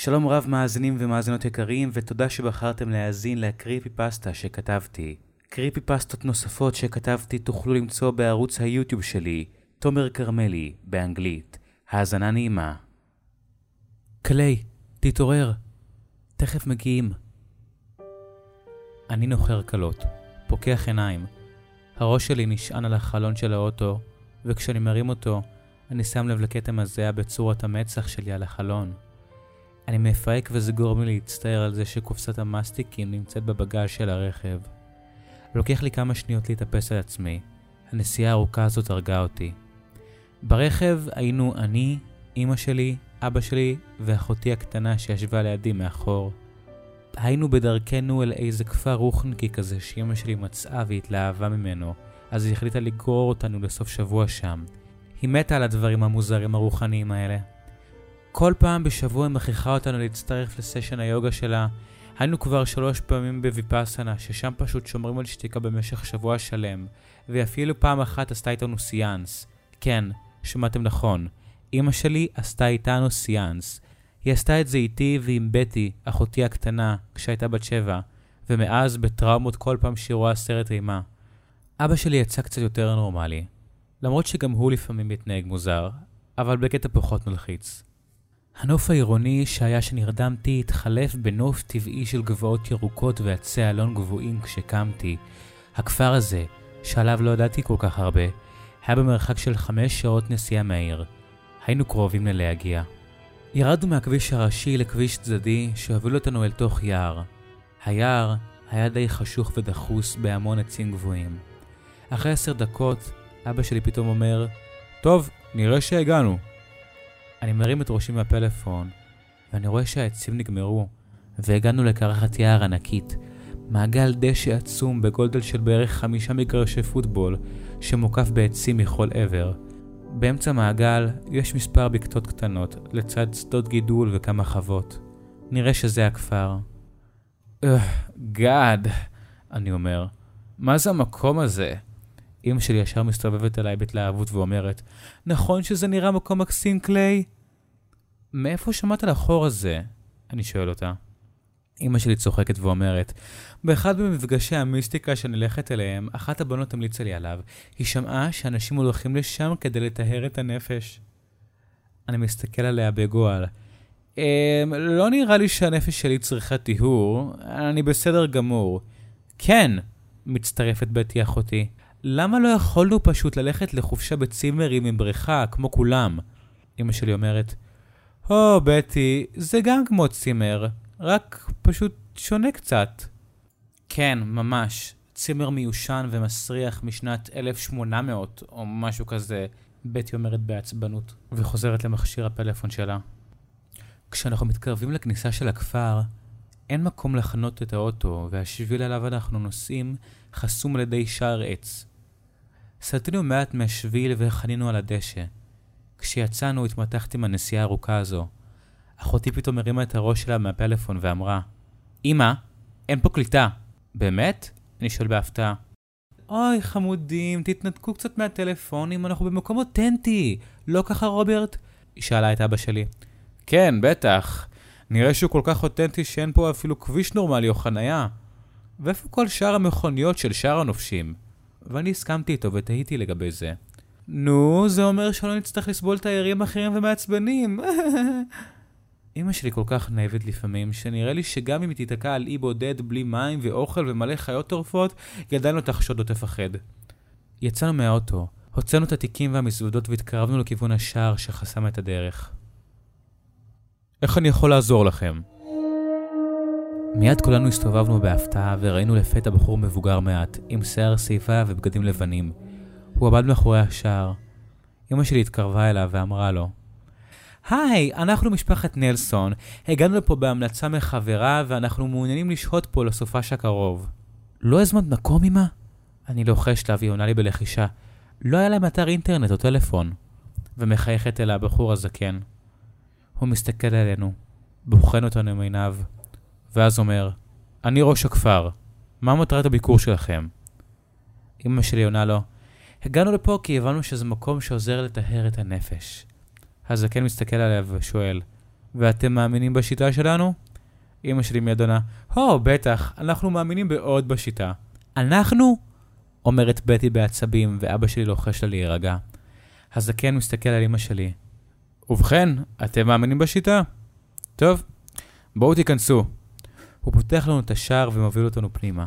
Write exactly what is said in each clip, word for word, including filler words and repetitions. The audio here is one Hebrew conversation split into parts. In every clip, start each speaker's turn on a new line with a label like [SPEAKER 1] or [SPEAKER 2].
[SPEAKER 1] שלום רב מאזינים ומאזינות יקרים, ותודה שבחרתם להאזין לקריפי פסטה שכתבתי. קריפי פסטות נוספות שכתבתי תוכלו למצוא בערוץ היוטיוב שלי, תומר קרמלי, באנגלית. האזנה נעימה. קליי, תתעורר. תכף מגיעים. אני נוחר קלות, פוקח עיניים. הראש שלי נשען על החלון של האוטו, וכשאני מרים אותו, אני שם לב לקטע מזהה בצורת המצח שלי על החלון. אני מפהק וזה גורם לי להצטער על זה שקופסת המסטיקים נמצאת בבגז של הרכב. לוקח לי כמה שניות להתאפס על עצמי. הנסיעה הארוכה הזאת הרגה אותי. ברכב היינו אני, אמא שלי, אבא שלי ואחותי הקטנה שישבה לידי מאחור. היינו בדרכנו אל איזה כפר רוחנקי כזה שאמא שלי מצאה והתלהבה ממנו, אז היא החליטה לגרור אותנו לסוף שבוע שם. היא מתה על הדברים המוזרים הרוחניים האלה. כל פעם בשבוע היא מכריחה אותנו להצטרף לסשן היוגה שלה. היינו כבר שלוש פעמים בויפאסנה, ששם פשוט שומרים על שתיקה במשך שבוע שלם, ואפילו פעם אחת עשתה איתנו סיאנס. כן, שמעתם נכון, אמא שלי עשתה איתנו סיאנס. היא עשתה את זה איתי ועם בטי, אחותי הקטנה, כשהייתה בת שבע, ומאז בטראומות כל פעם שהיא רואה סרט אימה. אבא שלי יצא קצת יותר נורמלי, למרות שגם הוא לפעמים מתנהג מוזר, אבל בקטע פחות מלחיץ. הנוף העירוני שהיה שנרדמתי התחלף בנוף טבעי של גבעות ירוקות ועצי אלון גבוהים כשקמתי. הכפר הזה, שעליו לא ידעתי כל כך הרבה, היה במרחק של חמש שעות נסיעה מהעיר. היינו קרובים ללהגיע. ירדנו מהכביש הראשי לכביש צדדי שהוביל אותנו אל תוך יער. היער היה די חשוך ודחוס בהמון עצים גבוהים. אחרי עשר דקות, אבא שלי פתאום אומר, טוב, נראה שהגענו. אני מרים את ראשי מהפלאפון, ואני רואה שהעצים נגמרו, והגענו לקרחת יער ענקית, מעגל דשא עצום בגודל של בערך חמישה מגרשי פוטבול, שמוקף בעצים מכל עבר. באמצע מעגל יש מספר בקתות קטנות, לצד שדות גידול וכמה חוות. נראה שזה הכפר. גאד, אני אומר, מה זה המקום הזה? אמא שלי ישר מסתובבת אליי בהתלהבות ואומרת, נכון שזה נראה מקום מקסים קליי? מאיפה שמעת על החור הזה? אני שואל אותה. אמא שלי צוחקת ואומרת, באחד במפגשי המיסטיקה שנלכת אליהם, אחת הבנות המליצה לי עליו. היא שמעה שאנשים הולכים לשם כדי לטהר את הנפש. אני מסתכל עליה בגועל. אמ, לא נראה לי שהנפש שלי צריכה טיהור, אני בסדר גמור. כן, מצטרפת בטי אחותי. למה לא יכולנו פשוט ללכת לחופשה בצימרים עם בריכה, כמו כולם? אמא שלי אומרת, הו, בטי, זה גם כמו צימר, רק פשוט שונה קצת. כן, ממש. צימר מיושן ומסריח משנת אלף שמונה מאות, או משהו כזה, בטי אומרת בעצבנות, וחוזרת למכשיר הפלאפון שלה. כשאנחנו מתקרבים לכניסה של הכפר, אין מקום לחנות את האוטו, והשביל עליו אנחנו נוסעים חסום על ידי שער עץ. סרטינו מעט מהשביל וחנינו על הדשא. כשיצאנו התמתחתי מהנסיעה הארוכה הזו. אחותי פתאום הרימה את הראש שלה מהפלאפון ואמרה, אמא, אין פה קליטה. באמת? אני שואל בהפתעה. אוי חמודים, תתנתקו קצת מהטלפונים, אנחנו במקום אותנטי. לא ככה רוברט? היא שאלה את אבא שלי. כן, בטח. נראה שהוא כל כך אותנטי שאין פה אפילו כביש נורמלי או חנייה. ואיפה כל שאר המכוניות של שאר הנופשים? ואני הסכמתי איתו ותהיתי לגבי זה. נו, זה אומר שלא נצטרך לסבול תיירים אחרים ומעצבנים. אמא שלי כל כך נאבת לפעמים, שנראה לי שגם אם היא תתקע על אי בודד בלי מים ואוכל ומלא חיות טורפות, ידענו תחשוד או תפחד. יצאנו מהאוטו, הוצאנו את התיקים והמזוודות והתקרבנו לכיוון השער שחסם את הדרך. איך אני יכול לעזור לכם? מיד כולנו הסתובבנו בהפתעה וראינו לפתע בחור מבוגר מעט, עם שיער שיפה ובגדים לבנים. הוא עמד מאחורי השער. אמא שלי התקרבה אליו ואמרה לו, היי, אנחנו משפחת נלסון. הגענו לפה בהמלצה מחברה ואנחנו מעוניינים לשהות פה לסופש הקרוב. לא הזמנת מקום, אמא? אני לוחש לה והיא עונה לי בלחישה. לא היה להם אתר אינטרנט או טלפון. ומחייכת אל הבחור הזקן. הוא מסתכל עלינו, בוחן אותנו עם עיניו, ואז אומר, אני ראש הכפר. מה מטרת הביקור שלכם? אמא שלי עונה לו, הגענו לפה כי הבנו שזה מקום שעוזר לטהר את הנפש. הזקן מסתכל עליו ושואל, ואתם מאמינים בשיטה שלנו? אמא שלי מיד עונה, הו, בטח, אנחנו מאמינים בעוד בשיטה. אנחנו? אומרת בטי בעצבים, ואבא שלי לוחש לה להירגע. הזקן מסתכל על אמא שלי. ובכן, אתם מאמינים בשיטה? טוב, בואו תיכנסו. הוא פותח לנו את השער ומוביל אותנו פנימה.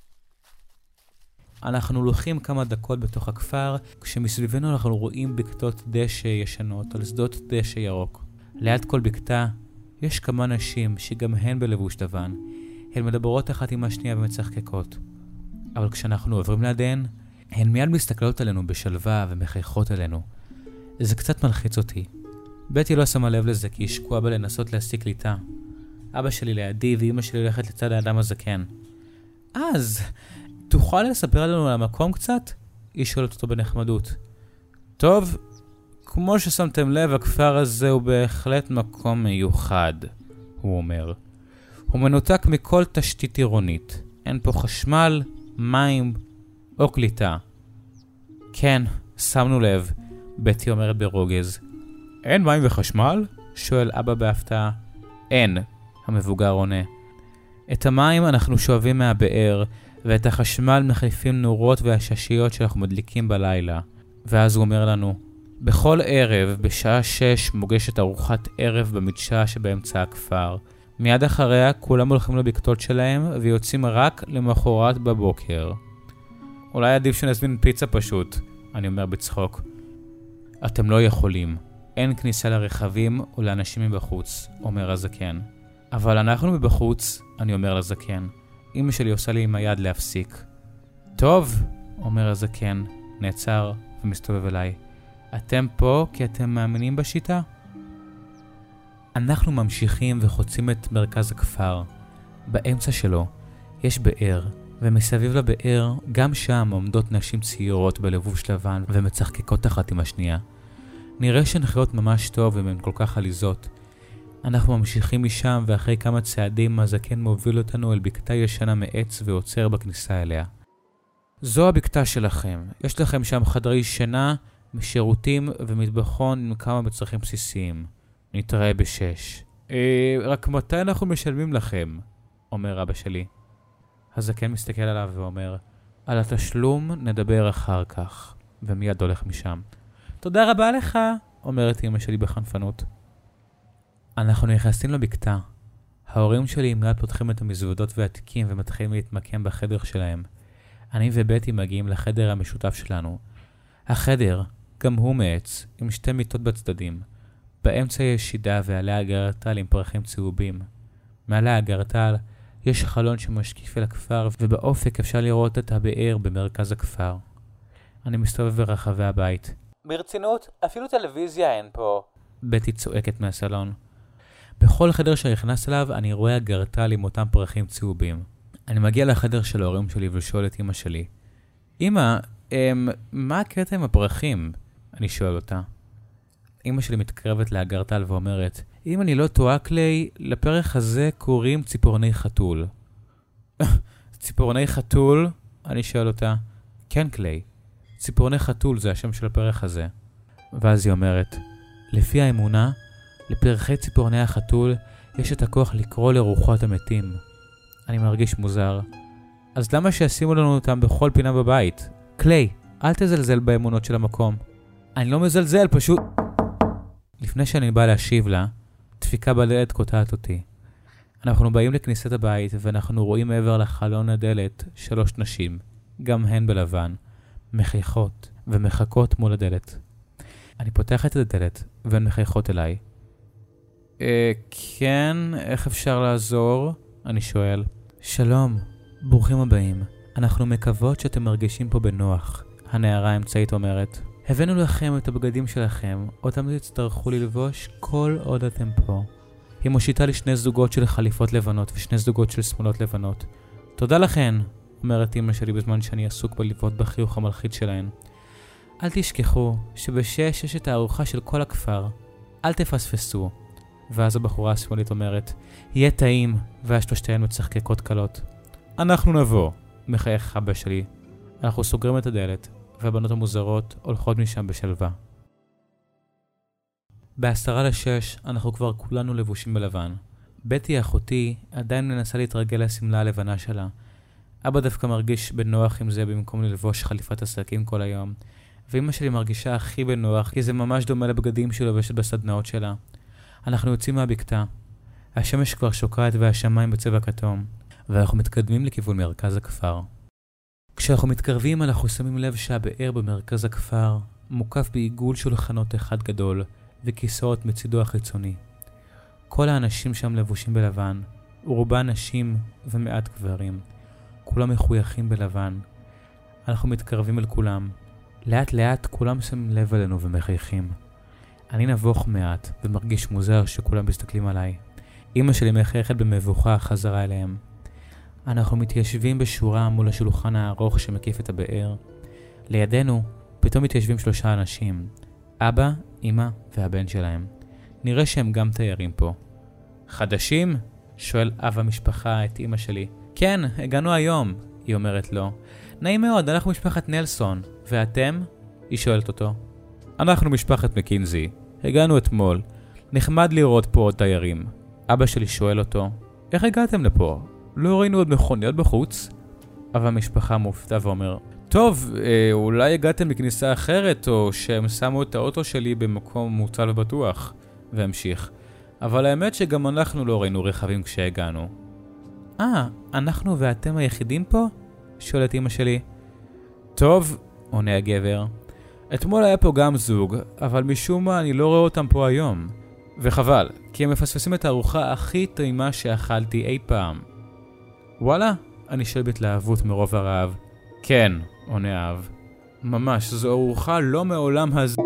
[SPEAKER 1] אנחנו הולכים כמה דקות בתוך הכפר, כשמסביבנו אנחנו רואים בקתות דשא ישנות על שדות דשא ירוק. ליד כל בקתה יש כמה נשים שגם הן בלבוש לבן. הן מדברות אחת עם השנייה ומצחקקות. אבל כשאנחנו עוברים לידיהן, הן מיד מסתכלות עלינו בשלווה ומחייכות עלינו. זה קצת מלחיץ אותי. בטי לא שמה לב לזה כי היא שקועה בה לנסות להשיג קליטה. אבא שלי לידי ואמא שלי הולכת לצד האדם הזקן. אז, תוכל לספר לנו על המקום קצת? היא שואלת אותו בנחמדות. טוב, כמו ששמתם לב, הכפר הזה הוא בהחלט מקום מיוחד, הוא אומר. הוא מנותק מכל תשתית עירונית. אין פה חשמל, מים או קליטה. כן, שמנו לב, בטי אומרת ברוגז. אין מים וחשמל? שואל אבא בהפתעה. אין, המבוגר עונה. את המים אנחנו שואבים מהבאר, ואת החשמל מחליפים נורות והששיות שאנחנו מדליקים בלילה. ואז הוא אומר לנו, בכל ערב, בשעה שש, מוגשת ארוחת ערב במדשאה שבאמצע הכפר. מיד אחריה, כולם הולכים לבקתות שלהם, ויוצאים רק למחרת בבוקר. אולי עדיף שנזמין פיצה פשוט, אני אומר בצחוק. אתם לא יכולים. אין כניסה לרכבים או לאנשים מבחוץ, אומר הזקן. אבל אנחנו מבחוץ, אני אומר לזקן. אמא שלי עושה לי עם היד להפסיק. טוב, אומר הזקן, נעצר ומסתובב אליי. אתם פה כי אתם מאמינים בשיטה? אנחנו ממשיכים וחוצים את מרכז הכפר. באמצע שלו יש באר, ומסביב לבאר גם שם עומדות נשים צעירות בלבוש לבן ומצחקקות אחת עם השנייה. נראה שהן חיות ממש טוב והן כל כך עליזות. אנחנו ממשיכים משם ואחרי כמה צעדים הזקן מוביל אותנו אל בקתה ישנה מעץ ועוצר בכניסה אליה. זו הבקתה שלכם. יש לכם שם חדרי שינה, שירותים ומטבחון עם כמה מצרכים בסיסיים. נתראה בשש. אה, רק מתי אנחנו משלמים לכם? אומר אבא שלי. הזקן מסתכל עליו ואומר, על התשלום נדבר אחר כך. ומיד הולך משם. תודה רבה לך, אומרת אמא שלי בחנפנות. אנחנו נכנסים לבקתה. ההורים שלי מיד פותחים את המזוודות והתיקים ומתחילים להתמקם בחדר שלהם. אני ובטי מגיעים לחדר המשותף שלנו. החדר, גם הוא מעץ, עם שתי מיטות בצדדים. באמצע יש שידה ועליה אגרטל עם פרחים צהובים. מעלה אגרטל יש חלון שמשקיף אל הכפר, ובאופק אפשר לראות את הבאר במרכז הכפר. אני מסתובב ברחבי הבית. ברצינות, אפילו טלוויזיה אין פה. בטי צועקת מהסלון. בכל חדר שנכנס אליו אני רואה אגרטל עם אותם פרחים צהובים. אני מגיע לחדר של ההורים שלי ושואל את אמא שלי. אמא, אמ, מה הקטע עם הפרחים? אני שואל אותה. אמא שלי מתקרבת לאגרטל ואומרת, אם אני לא טועה קלי, לפרח הזה קוראים ציפורני חתול. ציפורני חתול? אני שואל אותה. כן קלי, ציפורני חתול זה השם של הפרח הזה. ואז היא אומרת, לפי האמונה, לפרחי ציפורני החתול יש את הכוח לקרוא לרוחות המתים. אני מרגיש מוזר. אז למה שישימו לנו אותם בכל פינה בבית? קלי, אל תזלזל באמונות של המקום. אני לא מזלזל, פשוט... לפני שאני בא להשיב לה, דפיקה בדלת קוטעת אותי. אנחנו באים לכניסת הבית ואנחנו רואים מעבר לחלון הדלת שלוש נשים, גם הן בלבן, מחייכות ומחכות מול הדלת. אני פותח את הדלת והן מחייכות אליי. אה, כן, איך אפשר לעזור? אני שואל. שלום, ברוכים הבאים. אנחנו מקוות שאתם מרגישים פה בנוח, הנערה האמצעית אומרת. הבאנו לכם את הבגדים שלכם, אותם תצטרכו ללבוש כל עוד אתם פה. היא מושיטה לי שני זוגות של חליפות לבנות ושני זוגות של שמלות לבנות. תודה לכן, אומרת אמא שלי בזמן שאני עסוק בלבעוט בחיוך המלחיץ שלהן. אל תשכחו שבשש יש את הארוחה של כל הכפר. אל תפספסו. ואז הבחורה השמאלית אומרת, יהיה טעים, והשלושתיהן מצחקקות קלות. אנחנו נבוא, מחייך אבא שלי. אנחנו סוגרים את הדלת, והבנות המוזרות הולכות משם בשלווה. בעשרה לשש אנחנו כבר כולנו לבושים בלבן. בטי אחותי עדיין מנסה להתרגל לסמלה הלבנה שלה. אבא דווקא מרגיש בנוח עם זה במקום ללבוש חליפת עסקים כל היום. ואמא שלי מרגישה הכי בנוח כי זה ממש דומה לבגדים שהיא לובשת בסדנאות שלה. אנחנו יוצאים מהבקתה. השמש כבר שוקעת והשמיים בצבע כתום. ואנחנו מתקדמים לכיוון מרכז הכפר. כשאנחנו מתקרבים אנחנו שמים לב שהבאר במרכז הכפר מוקף בעיגול שולחנות אחד גדול וכיסאות מצידו החיצוני. כל האנשים שם לבושים בלבן, ורובן נשים ומעט גברים. כולם מחויכים בלבן. אנחנו מתקרבים אל כולם. לאט לאט כולם שמים לב אלינו ומחייכים. אני נבוך מעט ומרגיש מוזר שכולם מסתכלים עליי. אמא שלי מחייכת במבוכה חזרה אליהם. אנחנו מתיישבים בשורה מול השולחן הארוך שמקיף את הבאר. לידינו פתאום מתיישבים שלושה אנשים. אבא, אמא והבן שלהם. נראה שהם גם תיירים פה. חדשים? שואל אב המשפחה את אמא שלי. כן, הגענו היום, היא אומרת לו. נעים מאוד, אנחנו משפחת נלסון. ואתם? היא שואלת אותו. אנחנו משפחת מקינזי. הגענו אתמול. נחמד לראות פה עוד תיירים. אבא שלי שואל אותו. איך הגעתם לפה? לא ראינו עוד מכוניות בחוץ? אב המשפחה מופתע ואומר. טוב, אה, אולי הגעתם לכניסה אחרת, או שהם שמו את האוטו שלי במקום מוצל ובטוח. והמשיך. אבל האמת שגם אנחנו לא ראינו רכבים כשהגענו. אה, אנחנו ואתם היחידים פה? שואלת אמא שלי. טוב, עונה הגבר. אתמול היה פה גם זוג, אבל משום מה אני לא רואה אותם פה היום. וחבל, כי הם מפספסים את הארוחה הכי טעימה שאכלתי אי פעם. וואלה, אני שואל בהתלהבות מרוב הרעב. כן, עונה האב. ממש, זו ארוחה לא מעולם הזה.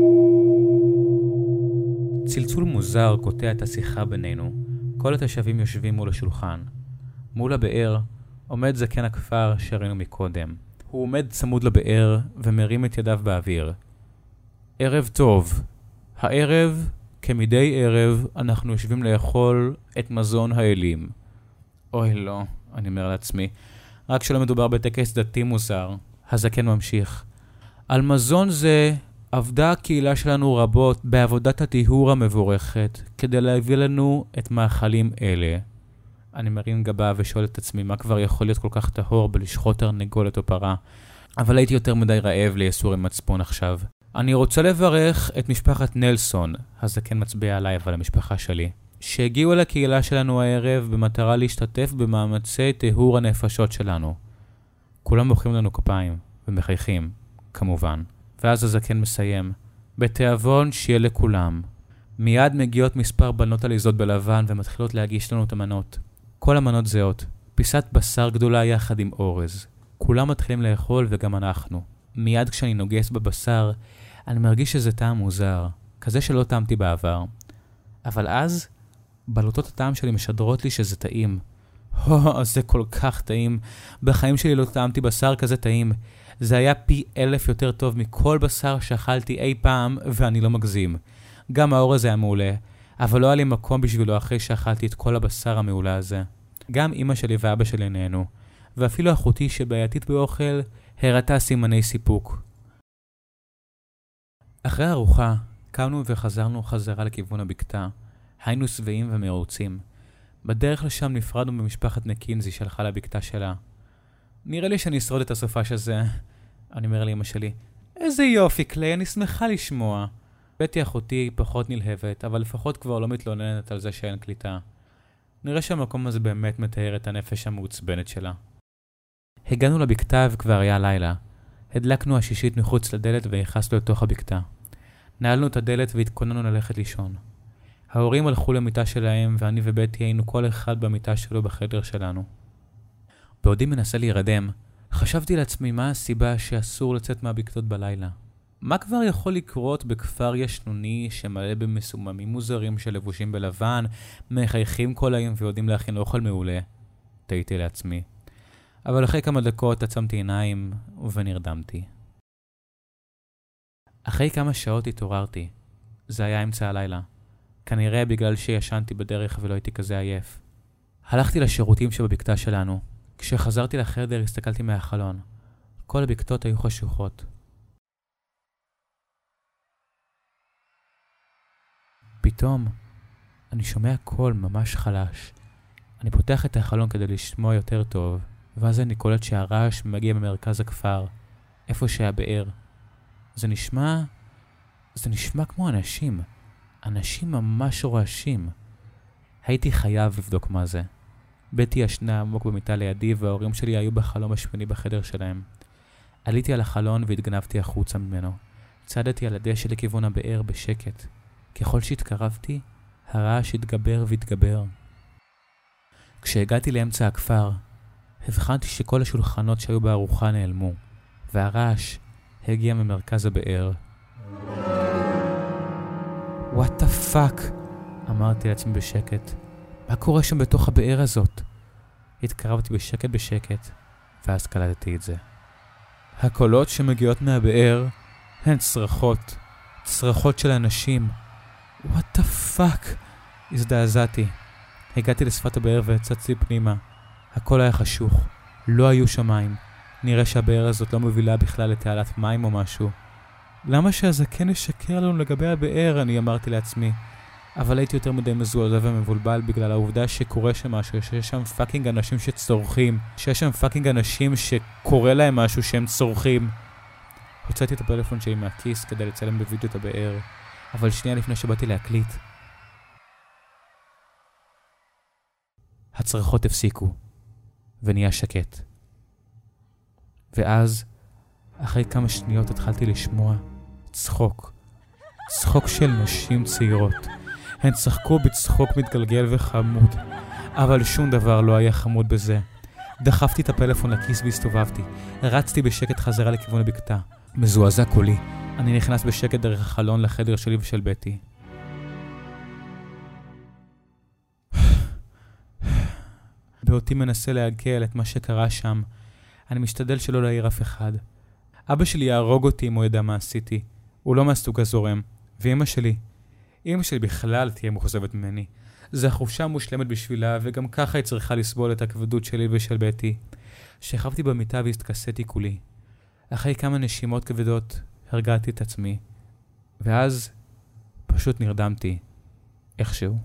[SPEAKER 1] צלצול מוזר קוטע את השיחה בינינו. כל התושבים יושבים מול השולחן. מול הבאר עומד זקן הכפר שראינו מקודם. הוא עומד צמוד לבאר ומרים את ידיו באוויר. ערב טוב. הערב, כמדי ערב, אנחנו יושבים לאכול את מזון האלים. אוי לא, אני אומר לעצמי. רק שלא מדובר בטקס דתי מוזר. הזקן ממשיך. על מזון זה עבדה הקהילה שלנו רבות בעבודת הטיהור המבורכת כדי להביא לנו את מאכלים אלה. אני מרים גבה ושואל את עצמי מה כבר יכול להיות כל כך טהור בלשחוט תרנגולת או פרה. אבל הייתי יותר מדי רעב ליסור עם מצפון עכשיו. אני רוצה לברך את משפחת נלסון, הזקן מצביע עליי אבל המשפחה שלי, שהגיעו לקהילה שלנו הערב במטרה להשתתף במאמצי טיהור הנפשות שלנו. כולם מוחאים לנו כפיים ומחייכים, כמובן. ואז הזקן מסיים. בתיאבון שיהיה לכולם. מיד מגיעות מספר בנות עליזות בלבן ומתחילות להגיש לנו את המנות. כל המנות זהות. פיסת בשר גדולה יחד עם אורז. כולם מתחילים לאכול וגם אנחנו. מיד כשאני נוגס בבשר, אני מרגיש שזה טעם מוזר. כזה שלא טעמתי בעבר. אבל אז, בלוטות הטעם שלי משדרות לי שזה טעים. הו, זה כל כך טעים. בחיים שלי לא טעמתי בשר כזה טעים. זה היה פי אלף יותר טוב מכל בשר שאכלתי אי פעם, ואני לא מגזים. גם האורז היה מעולה, אבל לא היה לי מקום בשבילו אחרי שאכלתי את כל הבשר המעולה הזה. גם אמא שלי ואבא שלי נהנו, ואפילו אחותי שבעייתית באוכל הראתה סימני סיפוק. אחרי הארוחה, קמנו וחזרנו חזרה לכיוון הבקתה. היינו שבעים ומרוצים. בדרך לשם נפרדנו במשפחת מקינזי שהלכה לבקתה שלה. נראה לי שאני אשרוד את הסופש הזה. אני אומר לאמא שלי, איזה יופי קליי, אני שמחה לשמוע. בטי אחותי פחות נלהבת, אבל לפחות כבר לא מתלוננת על זה שאין קליטה. נראה שהמקום הזה באמת מתאר את הנפש המעוצבנת שלה. הגענו לבקתה וכבר היה לילה. הדלקנו השישית מחוץ לדלת והיחסנו לתוך הבקתה. נעלנו את הדלת והתכוננו ללכת לישון. ההורים הלכו למיטה שלהם ואני ובטי היינו כל אחד במיטה שלו בחדר שלנו. בעודי מנסה להירדם, חשבתי לעצמי מה הסיבה שאסור לצאת מהבקתות בלילה. מה כבר יכול לקרות בכפר ישנוני שמלא במסוממים מוזרים שלבושים בלבן, מחייכים כל היום ויודעים להכין אוכל מעולה? תהיתי לעצמי. אבל אחרי כמה דקות עצמתי עיניים ונרדמתי. אחרי כמה שעות התעוררתי. זה היה אמצע הלילה. כנראה בגלל שישנתי בדרך ולא הייתי כזה עייף. הלכתי לשירותים שבבקתה שלנו. כשחזרתי לחדר הסתכלתי מהחלון. כל הבקתות היו חשוכות. פתאום אני שומע קול ממש חלש. אני פותח את החלון כדי לשמוע יותר טוב, ואז אני קולט שהרעש מגיע ממרכז הכפר, איפה שהבאר. זה נשמע... זה נשמע כמו אנשים. אנשים ממש רועשים. הייתי חייב לבדוק מה זה. בטי ישנה עמוק במיטה לידי, וההורים שלי היו בחלום השמיני בחדר שלהם. עליתי על החלון והתגנבתי החוצה ממנו. צעדתי על הדשא לכיוון הבאר בשקט. ככל שהתקרבתי, הרעש התגבר והתגבר. כשהגעתי לאמצע הכפר, הבחנתי שכל השולחנות שהיו בארוחה נעלמו, והרעש הגיע ממרכז הבאר. What the fuck? אמרתי לעצמי בשקט. מה קורה שם בתוך הבאר הזאת? התקרבתי בשקט בשקט, ואז קלטתי את זה. הקולות שמגיעות מהבאר הן צרחות, צרחות של אנשים. What the fuck? הזדעזעתי. הגעתי לשפת הבאר והצצתי פנימה. הכל היה חשוך, לא היו שמיים. נראה שהבאר הזאת לא מובילה בכלל לתעלת מים או משהו. למה שהזקן ישקר לנו לגבי הבאר? אני אמרתי לעצמי. אבל הייתי יותר מדי מזועזע ומבולבל בגלל העובדה שקורה שם משהו, שיש שם פאקינג אנשים שצורכים, שיש שם פאקינג אנשים שקורה להם משהו שהם צורכים. הוצאתי את הפלאפון שלי מהכיס כדי לצלם בווידאו את הבאר, אבל שנייה לפני שבאתי להקליט, הצרחות הפסיקו, ונהיה שקט. ואז, אחרי כמה שניות התחלתי לשמוע צחוק. צחוק של נשים צעירות. הן צחקו בצחוק מתגלגל וחמוד, אבל שום דבר לא היה חמוד בזה. דחפתי את הפלאפון לכיס והסתובבתי. רצתי בשקט חזרה לכיוון הבקתה. מזועזע קולי. אני נכנס בשקט דרך החלון לחדר שלי ושל בטי. באותי מנסה להגל את מה שקרה שם. אני משתדל שלא להעיר אף אחד. אבא שלי יהרוג אותי אם הוא ידע מה עשיתי. הוא לא מהסוג הזורם. ואמא שלי, אמא שלי בכלל תהיה מוחזבת ממני. זו החופשה מושלמת בשבילה, וגם ככה היא צריכה לסבול את הכבדות שלי ושל בטי. שכבתי במיטה והסתכסתי כולי. אחרי כמה נשימות כבדות, הרגעתי את עצמי. ואז פשוט נרדמתי. איכשהו.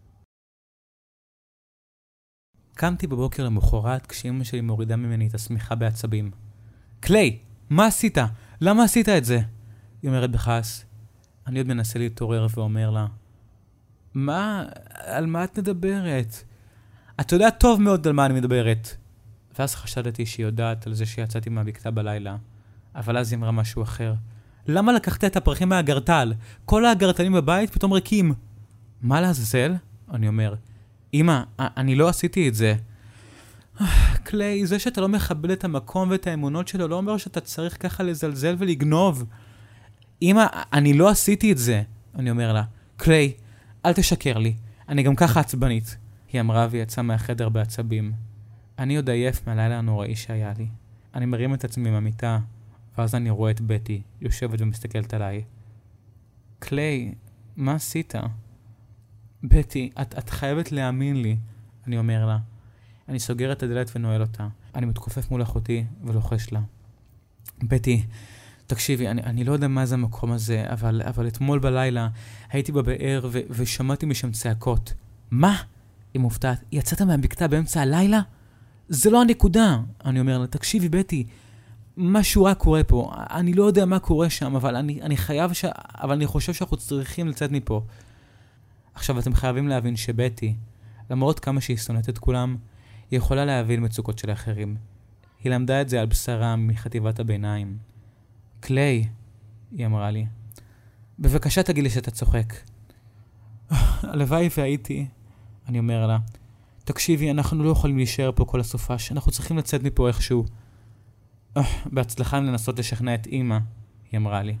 [SPEAKER 1] קמתי בבוקר למחרת כשאמא שלי מורידה ממני את השמיכה בעצבים. קליי, מה עשית? למה עשית את זה? היא אומרת בכעס. אני עוד מנסה להתעורר ואומר לה, מה? על מה את מדברת? את יודעת טוב מאוד על מה אני מדברת. ואז חשדתי שהיא יודעת על זה שיצאתי מהבקתה בלילה. אבל אז היא אמרה משהו אחר. למה לקחת את הפרחים מהגרטל? כל הגרטלים בבית פתאום ריקים. מה לעזאזל? אני אומר, אמא, אני לא עשיתי את זה. קליי, זה שאתה לא מכבד את המקום ואת האמונות שלו לא אומר שאתה צריך ככה לזלזל ולגנוב. אמא, אני לא עשיתי את זה. אני אומר לה, קליי, אל תשקר לי. אני גם ככה עצבנית. היא אמרה ויצאה מהחדר בעצבים. אני עוד עייף מהלילה הנוראי שהיה לי. אני מרים את עצמי מהמיטה, ואז אני רואה את בטי, יושבת ומסתכלת עליי. קליי, מה עשית? בטי, את, את חייבת להאמין לי, אני אומר לה. אני סוגר את הדלת ונועל אותה. אני מתכופף מול אחותי ולוחש לה. בטי, תקשיבי, אני, אני לא יודע מה זה המקום הזה, אבל, אבל אתמול בלילה הייתי בבאר ו, ושמעתי משם צעקות. מה? היא מופתעת. יצאת מהבקתה באמצע הלילה? זה לא הנקודה. אני אומר לה, תקשיבי בטי, משהו רק קורה פה. אני לא יודע מה קורה שם, אבל אני, אני חייב ש... אבל אני חושב שאנחנו צריכים לצאת מפה. עכשיו, אתם חייבים להבין שבטי, למרות כמה שהיא שונאת את כולם, היא יכולה להבין מצוקות של האחרים. היא למדה את זה על בשרה מחטיבת הביניים. קליי, היא אמרה לי, בבקשה תגיד לי שאתה צוחק. הלוואי והייתי, אני אומר לה, תקשיבי, אנחנו לא יכולים להישאר פה כל הסופש, אנחנו צריכים לצאת מפה איכשהו. בהצלחה לנסות לשכנע את אמא, היא אמרה לי.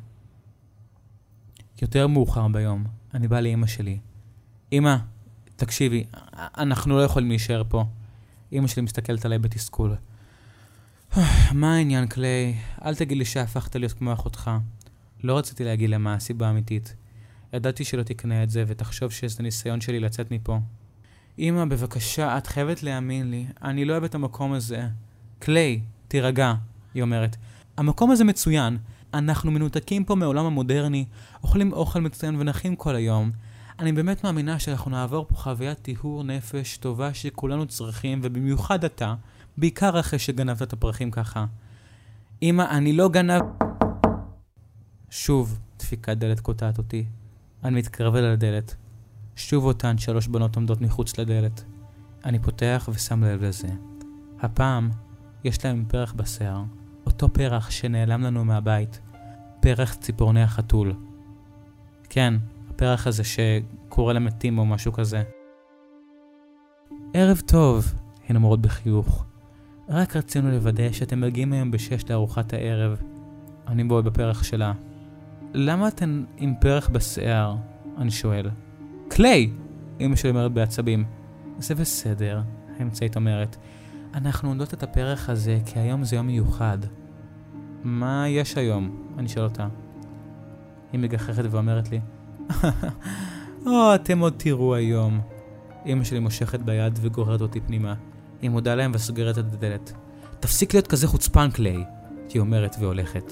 [SPEAKER 1] יותר מאוחר ביום, אני בא לאמא שלי. אמא, תקשיבי, אנחנו לא יכולים להישאר פה. אמא שלי מסתכלת עליי בתסכול. מה העניין, קליי? אל תגיד לי שהפכת להיות כמו אחותך. לא רציתי להגיד לה מה הסיבה האמיתית. ידעתי שלא תקנה את זה ותחשוב שזה ניסיון שלי לצאת מפה. אמא, בבקשה, את חייבת להאמין לי. אני לא אוהב את המקום הזה. קליי, תירגע, היא אומרת. המקום הזה מצוין. אנחנו מנותקים פה מעולם המודרני, אוכלים אוכל מצוין ונחים כל היום. אני באמת מאמינה שאנחנו נעבור פה חוויית טיהור נפש טובה שכולנו צריכים, ובמיוחד אתה, בעיקר אחרי שגנבת את הפרחים ככה. אמא, אני לא גנב... שוב, דפיקת דלת קוטעת אותי. אני מתקרב אל הדלת. שוב אותן שלוש בנות עומדות מחוץ לדלת. אני פותח ושם לב לזה. הפעם יש להם פרח בשיער. אותו פרח שנעלם לנו מהבית. פרח ציפורני החתול. כן, הפרח הזה שקורא למתים או משהו כזה. ערב טוב, הן אומרות בחיוך. רק רצינו לוודא שאתם מגיעים היום בשש לארוחת הערב. אני בועט בפרח שלה. למה אתן עם פרח בשיער? אני שואל. קליי! אמא שלי אומרת בעצבים. זה בסדר, האמצעית אומרת. אנחנו עונדות את הפרח הזה כי היום זה יום מיוחד. מה יש היום? אני שואל אותה. היא מגחכת ואומרת לי. או, אתם עוד תראו היום. אמא שלי מושכת ביד וגוררת אותי פנימה. היא מודה להם וסוגרת את הדלת. תפסיק להיות כזה חוצפן, קליי, היא אומרת והולכת.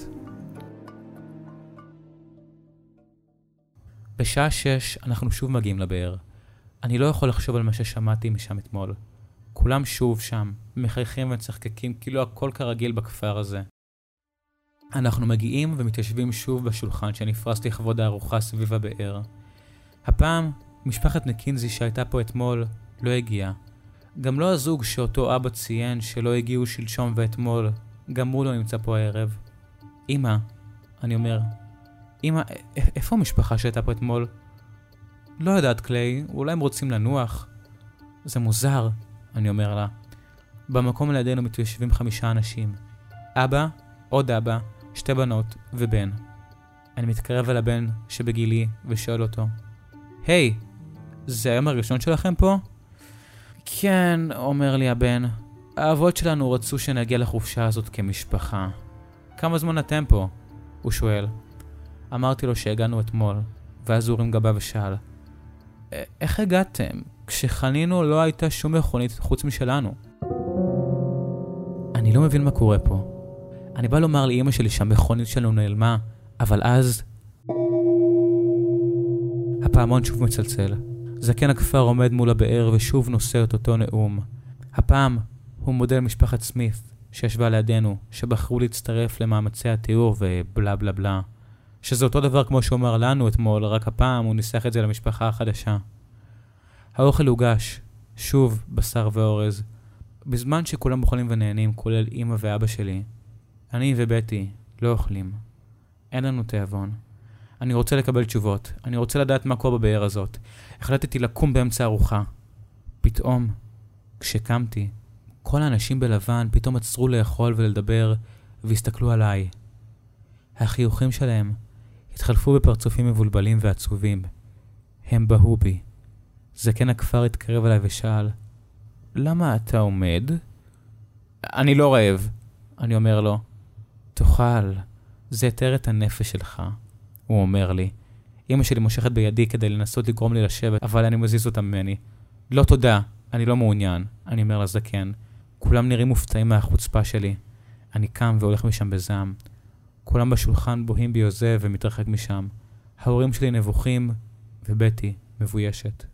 [SPEAKER 1] בשעה שש אנחנו שוב מגיעים לבאר. אני לא יכול לחשוב על מה ששמעתי משם אתמול. כולם שוב שם, מחייכים וצחקקים כאילו הכל כרגיל בכפר הזה. אנחנו מגיעים ומתיישבים שוב בשולחן שנפרס לכבוד הארוחה סביב הבאר. הפעם, משפחת מקינזי שהייתה פה אתמול לא הגיעה. גם לא הזוג שאותו אבא ציין שלא הגיעו שלשום ואתמול, גם הוא לא נמצא פה הערב. אמא, אני אומר, אמא, איפה המשפחה שהייתה פה אתמול? לא יודעת, קליי, אולי הם רוצים לנוח. זה מוזר, אני אומר לה. במקום לידינו מתיישבים חמישה אנשים. אבא, עוד אבא, שתי בנות ובן. אני מתקרב אל הבן שבגילי ושואל אותו. היי, זה היום הראשון שלכם פה? כן, אומר לי הבן. האבות שלנו רצו שנגיע לחופשה הזאת כמשפחה. כמה זמן אתם פה? הוא שואל. אמרתי לו שהגענו אתמול, ואז הוא הרים גבה ושאל. איך הגעתם? כשחנינו לא הייתה שום מכונית חוץ משלנו. אני לא מבין מה קורה פה. אני בא לומר לאמא שלי שהמכונית שלנו נעלמה, אבל אז... הפעמון שוב מצלצל. זקן הכפר עומד מול הבאר ושוב נושא את אותו נאום. הפעם הוא מודל משפחת סמית שישבה לידינו, שבחרו להצטרף למאמצי התיאור ובלה בלה בלה. שזה אותו דבר כמו שהוא אמר לנו אתמול, רק הפעם הוא ניסח את זה למשפחה החדשה. האוכל הוגש, שוב בשר ואורז. בזמן שכולם אוכלים ונהנים, כולל אמא ואבא שלי, אני ובטי לא אוכלים. אין לנו תיאבון. אני רוצה לקבל תשובות. אני רוצה לדעת מה קורה בבאר הזאת. החלטתי לקום באמצע ארוחה. פתאום, כשקמתי, כל האנשים בלבן פתאום עצרו לאכול ולדבר והסתכלו עליי. החיוכים שלהם התחלפו בפרצופים מבולבלים ועצובים. הם בהו בי. זקן הכפר התקרב אליי ושאל, למה אתה עומד? אני לא רעב. אני אומר לו, תאכל, זה יתר את הנפש שלך. הוא אומר לי. אמא שלי מושכת בידי כדי לנסות לגרום לי לשבת, אבל אני מזיז אותה ממני. לא תודה, אני לא מעוניין, אני אומר לזקן. כולם נראים מופתעים מהחוצפה שלי. אני קם והולך משם בזעם. כולם בשולחן בוהים בי עוזב ומתרחק משם. ההורים שלי נבוכים, ובטי מבוישת.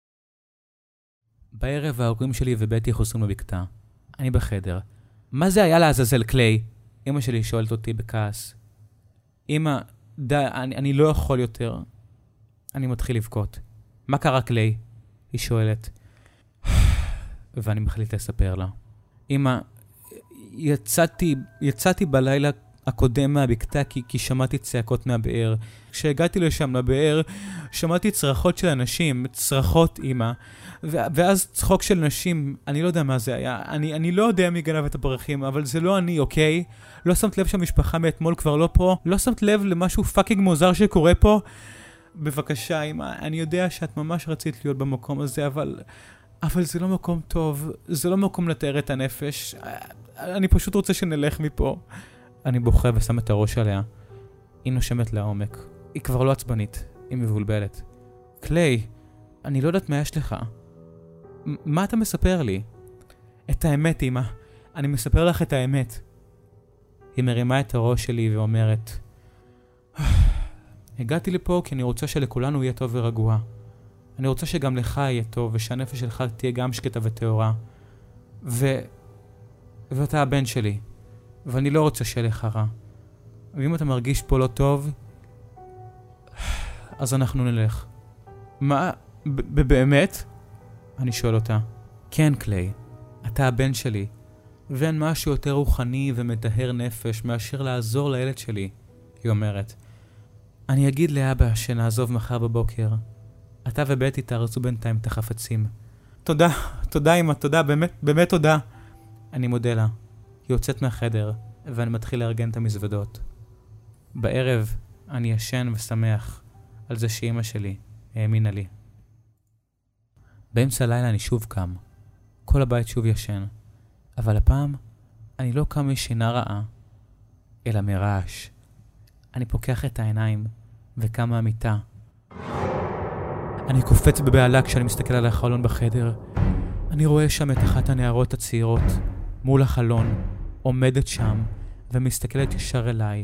[SPEAKER 1] בערב ההורים שלי ובטי חוזרים לבקתה. אני בחדר. מה זה היה לעזאזל, קליי? אמא שלי שואלת אותי בכעס. אמא, די, אני, אני לא יכול יותר. אני מתחיל לבכות. מה קרה, קליי? היא שואלת. ואני מחליט לספר לה. אמא, יצאתי, יצאתי בלילה הקודם מהבקתה כי, כי שמעתי צעקות מהבאר. כשהגעתי לשם לבאר, שמעתי צרחות של אנשים, צרחות אמא, ו- ואז צחוק של נשים, אני לא יודע מה זה היה, אני, אני לא יודע מי גנב את הפרחים, אבל זה לא אני, אוקיי? לא שמת לב שהמשפחה מאתמול כבר לא פה? לא שמת לב למשהו פאקינג מוזר שקורה פה? בבקשה, אמא, אני יודע שאת ממש רצית להיות במקום הזה, אבל... אבל זה לא מקום טוב, זה לא מקום לתאר את הנפש, אני פשוט רוצה שנלך מפה. אני בוכה ושם את הראש עליה. היא נושמת לעומק. היא כבר לא עצבנית, היא מבולבלת. קליי, אני לא יודעת מה יש לך. מ- מה אתה מספר לי? את האמת, אמא. אני מספר לך את האמת. היא מרימה את הראש שלי ואומרת, הגעתי לפה כי אני רוצה שלכולנו יהיה טוב ורגוע. אני רוצה שגם לך יהיה טוב, ושהנפש שלך תהיה גם שקטה וטהורה. ו... ואתה הבן שלי, ואני לא רוצה שיהיה לך רע. ואם אתה מרגיש פה לא טוב, אז אנחנו נלך. מה? באמת? אני שואל אותה. כן, קליי, אתה הבן שלי, ואין משהו יותר רוחני ומטהר נפש מאשר לעזור לילד שלי, היא אומרת. אני אגיד לאבא שנעזוב מחר בבוקר. אתה ובטי תארצו בינתיים את החפצים. תודה, תודה אמא, תודה, באמת, באמת תודה. אני מודה לה. היא יוצאת מהחדר, ואני מתחיל לארגן את המזוודות. בערב אני ישן ושמח על זה שאמא שלי האמינה לי. באמצע הלילה אני שוב קם. כל הבית שוב ישן. אבל הפעם אני לא קם משינה רעה, אלא מרעש. אני פוקח את העיניים וקם מהמיטה. אני קופץ בבהלה כשאני מסתכל על החלון בחדר. אני רואה שם את אחת הנערות הצעירות מול החלון, עומדת שם ומסתכלת ישר אליי,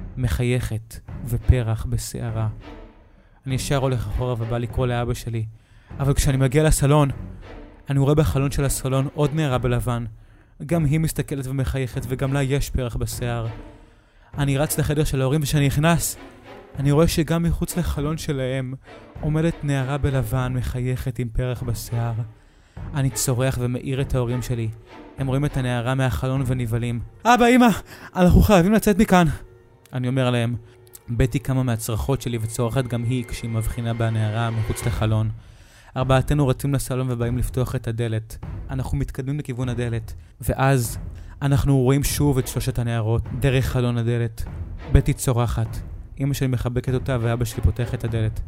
[SPEAKER 1] מחייכת ופרח בשערה. אני ישר הולך אחורה ובא לקרוא לאבא שלי, אבל כשאני מגיע לסלון, אני רואה בחלון של הסלון עוד נערה בלבן. גם היא מסתכלת ומחייכת וגם לה יש פרח בשיער. אני רץ לחדר של ההורים ושאני נכנס, אני רואה שגם מחוץ לחלון שלהם עומדת נערה בלבן מחייכת עם פרח בשיער. אני צורח ומאיר את ההורים שלי. הם רואים את הנערה מהחלון ונבלים. אבא, אמא, אנחנו חייבים לצאת מכאן. אני אומר להם. בטי קמה מהצרחות שלי וצורחת גם היא כשהיא מבחינה בנערה מחוץ לחלון. ארבעתנו רצים לסלון ובאים לפתוח את הדלת. אנחנו מתקדמים לכיוון הדלת, ואז אנחנו רואים שוב את שלושת הנערות דרך חלון הדלת. בטי צורחת. אמא שלי מחבקת אותה ואבא שלי פותח את הדלת.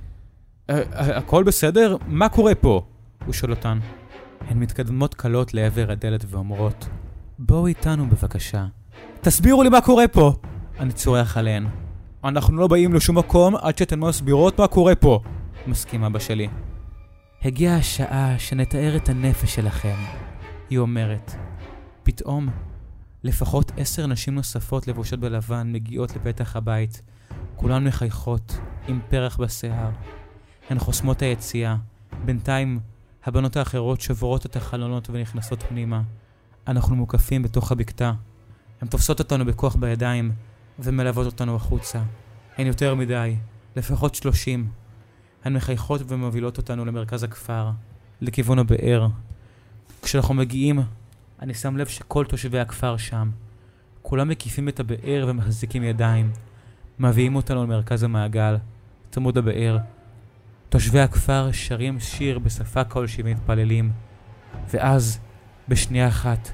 [SPEAKER 1] הכל בסדר? מה קורה פה? הוא שואל אותן. הן מתקדמות קלות לעבר הדלת ואומרות, בואו איתנו בבקשה. תסבירו לי מה קורה פה! אני צורח עליהן. אנחנו לא באים לשום מקום עד שאתן מסבירות מה קורה פה, מסכים אבא שלי. הגיעה השעה שנתאר את הנפש שלכם, היא אומרת. פתאום, לפחות עשר נשים נוספות לבושות בלבן מגיעות לפתח הבית, כולן מחייכות עם פרח בשיער. הן חוסמות היציאה. בינתיים, הבנות האחרות שבורות את החלונות ונכנסות פנימה. אנחנו מוקפים בתוך הבקתה. הן תופסות אותנו בכוח בידיים ומלוות אותנו החוצה. הן יותר מדי, לפחות שלושים. הן מחייכות ומובילות אותנו למרכז הכפר, לכיוון הבאר. כשאנחנו מגיעים, אני שם לב שכל תושבי הכפר שם. כולם מקיפים את הבאר ומחזיקים ידיים. מביאים אותנו למרכז המעגל, צמוד הבאר. תושבי הכפר שרים שיר בשפה כלשהי מתפללים. ואז, בשנייה אחת,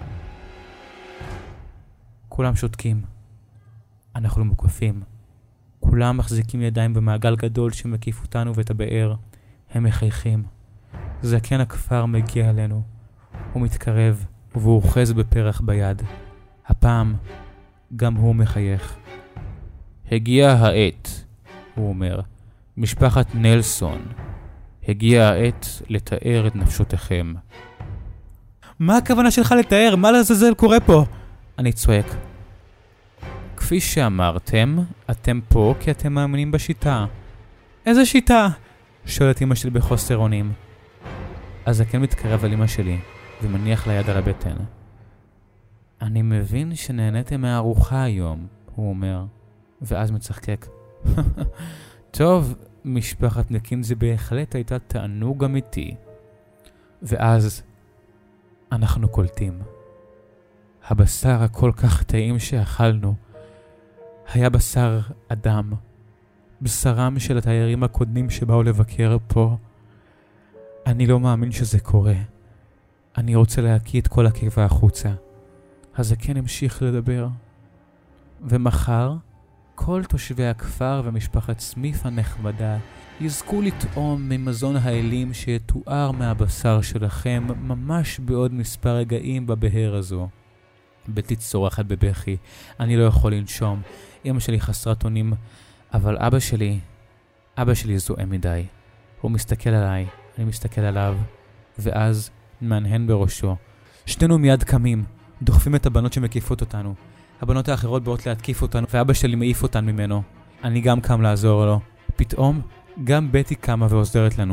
[SPEAKER 1] כולם שותקים. אנחנו מוקפים. כולם מחזיקים ידיים במעגל גדול שמקיף אותנו ואת הבאר. הם מחייכים. זקן הכפר מגיע אלינו. הוא מתקרב והוא אוחז בפרח ביד. הפעם גם הוא מחייך. הגיעה העת, הוא אומר. משפחת נלסון. הגיעה העת לתאר את נפשותיכם. מה הכוונה שלך לתאר? מה לעזאזל קורה פה? אני צועק. כפי שאמרתם, אתם פה כי אתם מאמינים בשיטה. איזה שיטה? שואלת אמא שלי בחוסר אונים. אז הכן מתקרב על אמא שלי ומניח ליד על הבטן. אני מבין שנהניתם מהארוחה היום, הוא אומר, ואז מצחקק. טוב, משפחת נקים זה בהחלט הייתה תענוג אמיתי. ואז אנחנו קולטים. הבשר הכל כך טעים שאכלנו היה בשר אדם, בשרם של התיירים הקודמים שבאו לבקר פה. אני לא מאמין שזה קורה. אני רוצה להקיא את כל הקיבה החוצה. הזקן המשיך לדבר. ומחר, כל תושבי הכפר ומשפחת סמיף הנחמדה יזכו לטעום ממזון האלים שיתואר מהבשר שלכם ממש בעוד מספר רגעים בבהר הזו. בטי צורחת בבכי, אני לא יכול לנשום, אמא שלי חסרת אונים, אבל אבא שלי, אבא שלי זועם מדי. הוא מסתכל עליי, אני מסתכל עליו, ואז מהנהן בראשו. שנינו מיד קמים, דוחפים את הבנות שמקיפות אותנו. הבנות האחרות באות להתקיף אותנו, ואבא שלי מעיף אותן ממנו. אני גם קם לעזור לו. פתאום, גם בטי קמה ועוזרת לנו.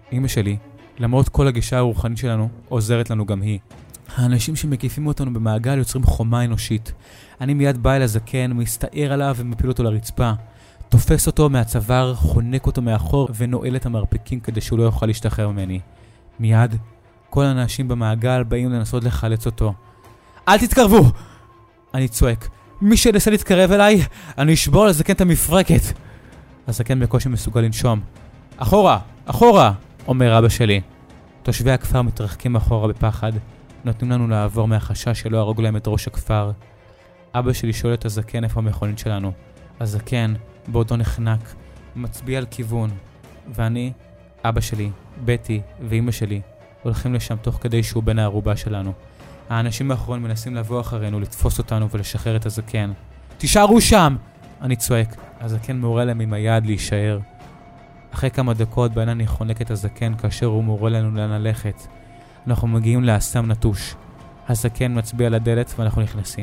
[SPEAKER 1] אמא שלי, למרות כל הגישה הרוחנית שלנו, עוזרת לנו גם היא. האנשים שמקיפים אותנו במעגל יוצרים חומה אנושית. אני מיד בא אל הזקן, מסתער עליו ומפיל אותו לרצפה. תופס אותו מהצוואר, חונק אותו מאחור ונועל את המרפקים כדי שהוא לא יוכל להשתחרר ממני. מיד, כל האנשים במעגל באים לנסות לחלץ אותו. אל תתקרבו! אני צועק. מי שנסה להתקרב אליי, אני אשבור לזקן את המפרקת. הזקן בקושי מסוגל לנשום. אחורה! אחורה! אומר אבא שלי. תושבי הכפר מתרחקים אחורה בפחד. נותנים לנו לעבור מהחשש שלא יהרוג להם את ראש הכפר. אבא שלי שואל את הזקן איפה המכונית שלנו. הזקן, בעודו נחנק, מצביע על כיוון. ואני, אבא שלי, בטי ואמא שלי הולכים לשם תוך כדי שהוא בן הערובה שלנו. האנשים האחרונים מנסים לבוא אחרינו, לתפוס אותנו ולשחרר את הזקן. תישארו שם! אני צועק. הזקן מורה להם עם היד להישאר. אחרי כמה דקות בהן אני חונק את הזקן כאשר הוא מורה לנו לאן ללכת. אנחנו מגיעים לאסם נטוש. הזקן מצביע על הדלת ואנחנו נכנסים.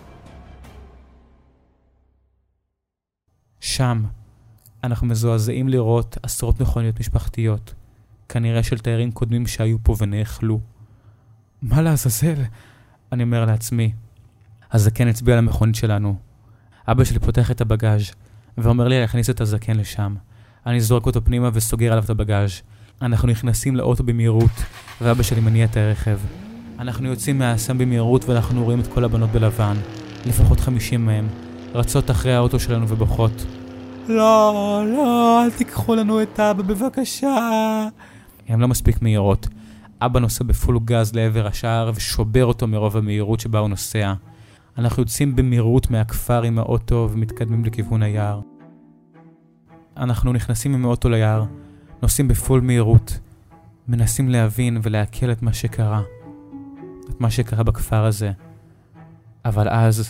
[SPEAKER 1] שם אנחנו מזועזעים לראות עשרות מכוניות משפחתיות, כנראה של תיירים קודמים שהיו פה ונאכלו. מה לעזאזל? אני אומר לעצמי. הזקן הצביע על המכונית שלנו. אבא שלי פותח את הבגאז' ואומר לי להכניס את הזקן לשם. אני זורק אותו פנימה וסוגר עליו את הבגאז'. אנחנו נכנסים לאוטו במהירות, ואבא שלי מניע את הרכב. אנחנו יוצאים מהאסם במהירות ואנחנו רואים את כל הבנות בלבן, לפחות חמישים מהם, רצות אחרי האוטו שלנו ובוכות. לא, לא, אל תיקחו לנו את אבא, בבקשה. הם לא מספיק מהירות. אבא נוסע בפול גז לעבר השער ושובר אותו מרוב המהירות שבה הוא נוסע. אנחנו יוצאים במהירות מהכפר עם האוטו ומתקדמים לכיוון היער. אנחנו נכנסים עם האוטו ליער, נוסעים בפול מהירות, מנסים להבין ולהקל את מה שקרה. את מה שקרה בכפר הזה. אבל אז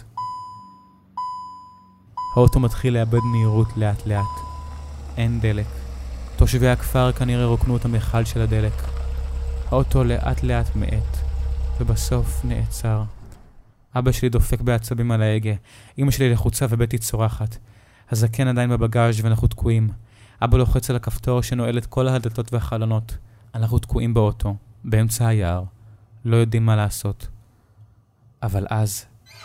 [SPEAKER 1] האוטו מתחיל לאבד מהירות לאט לאט. אין דלק. תושבי הכפר כנראה רוקנו את המכל של הדלק. האוטו לאט לאט מאט, ובסוף נעצר. אבא שלי דופק בעצבים על ההגה. אמא שלי לחוצה ובטי צורחת. הזקן עדיין בבגאז' ואנחנו תקועים. אבא לוחץ על הכפתור שנועל את כל הדלתות והחלונות. אנחנו תקועים באוטו, באמצע היער. לא יודעים מה לעשות. אבל אז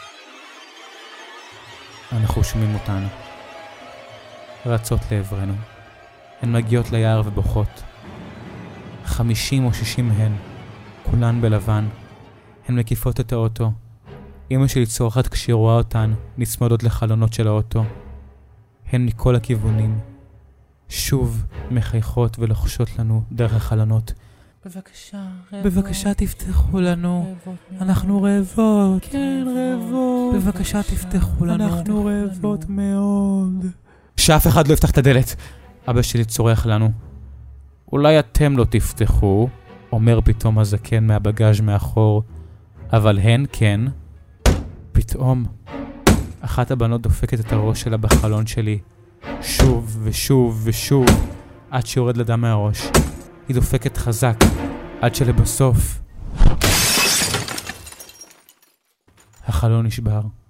[SPEAKER 1] אנחנו שומעים אותנו. רצות לעברנו. הן מגיעות ליער ובוכות. חמישים או שישים הן, כולן בלבן. הן מקיפות את האוטו. אמא שלי צורחת כשהיא רואה אותן, נצמדות לחלונות של האוטו. הן מכל הכיוונים. שוב מחייכות ולוחשות לנו דרך החלונות. בבקשה, רעבות. בבקשה תפתחו לנו. רעבות אנחנו רעבות. כן, רעבות. בבקשה תפתחו לנו. אנחנו רעבות מאוד. שאף אחד לא יפתח את הדלת. אבא שלי צורח לנו. אולי אתם לא תפתחו, אומר פתאום הזקן מהבגאז' מאחור. אבל הן כן. פתאום אחת הבנות דופקת את הראש שלה בחלון שלי. שוב ושוב ושוב, עד שיורד לדם מהראש. היא דופקת חזק, עד שלבסוף החלון נשבר.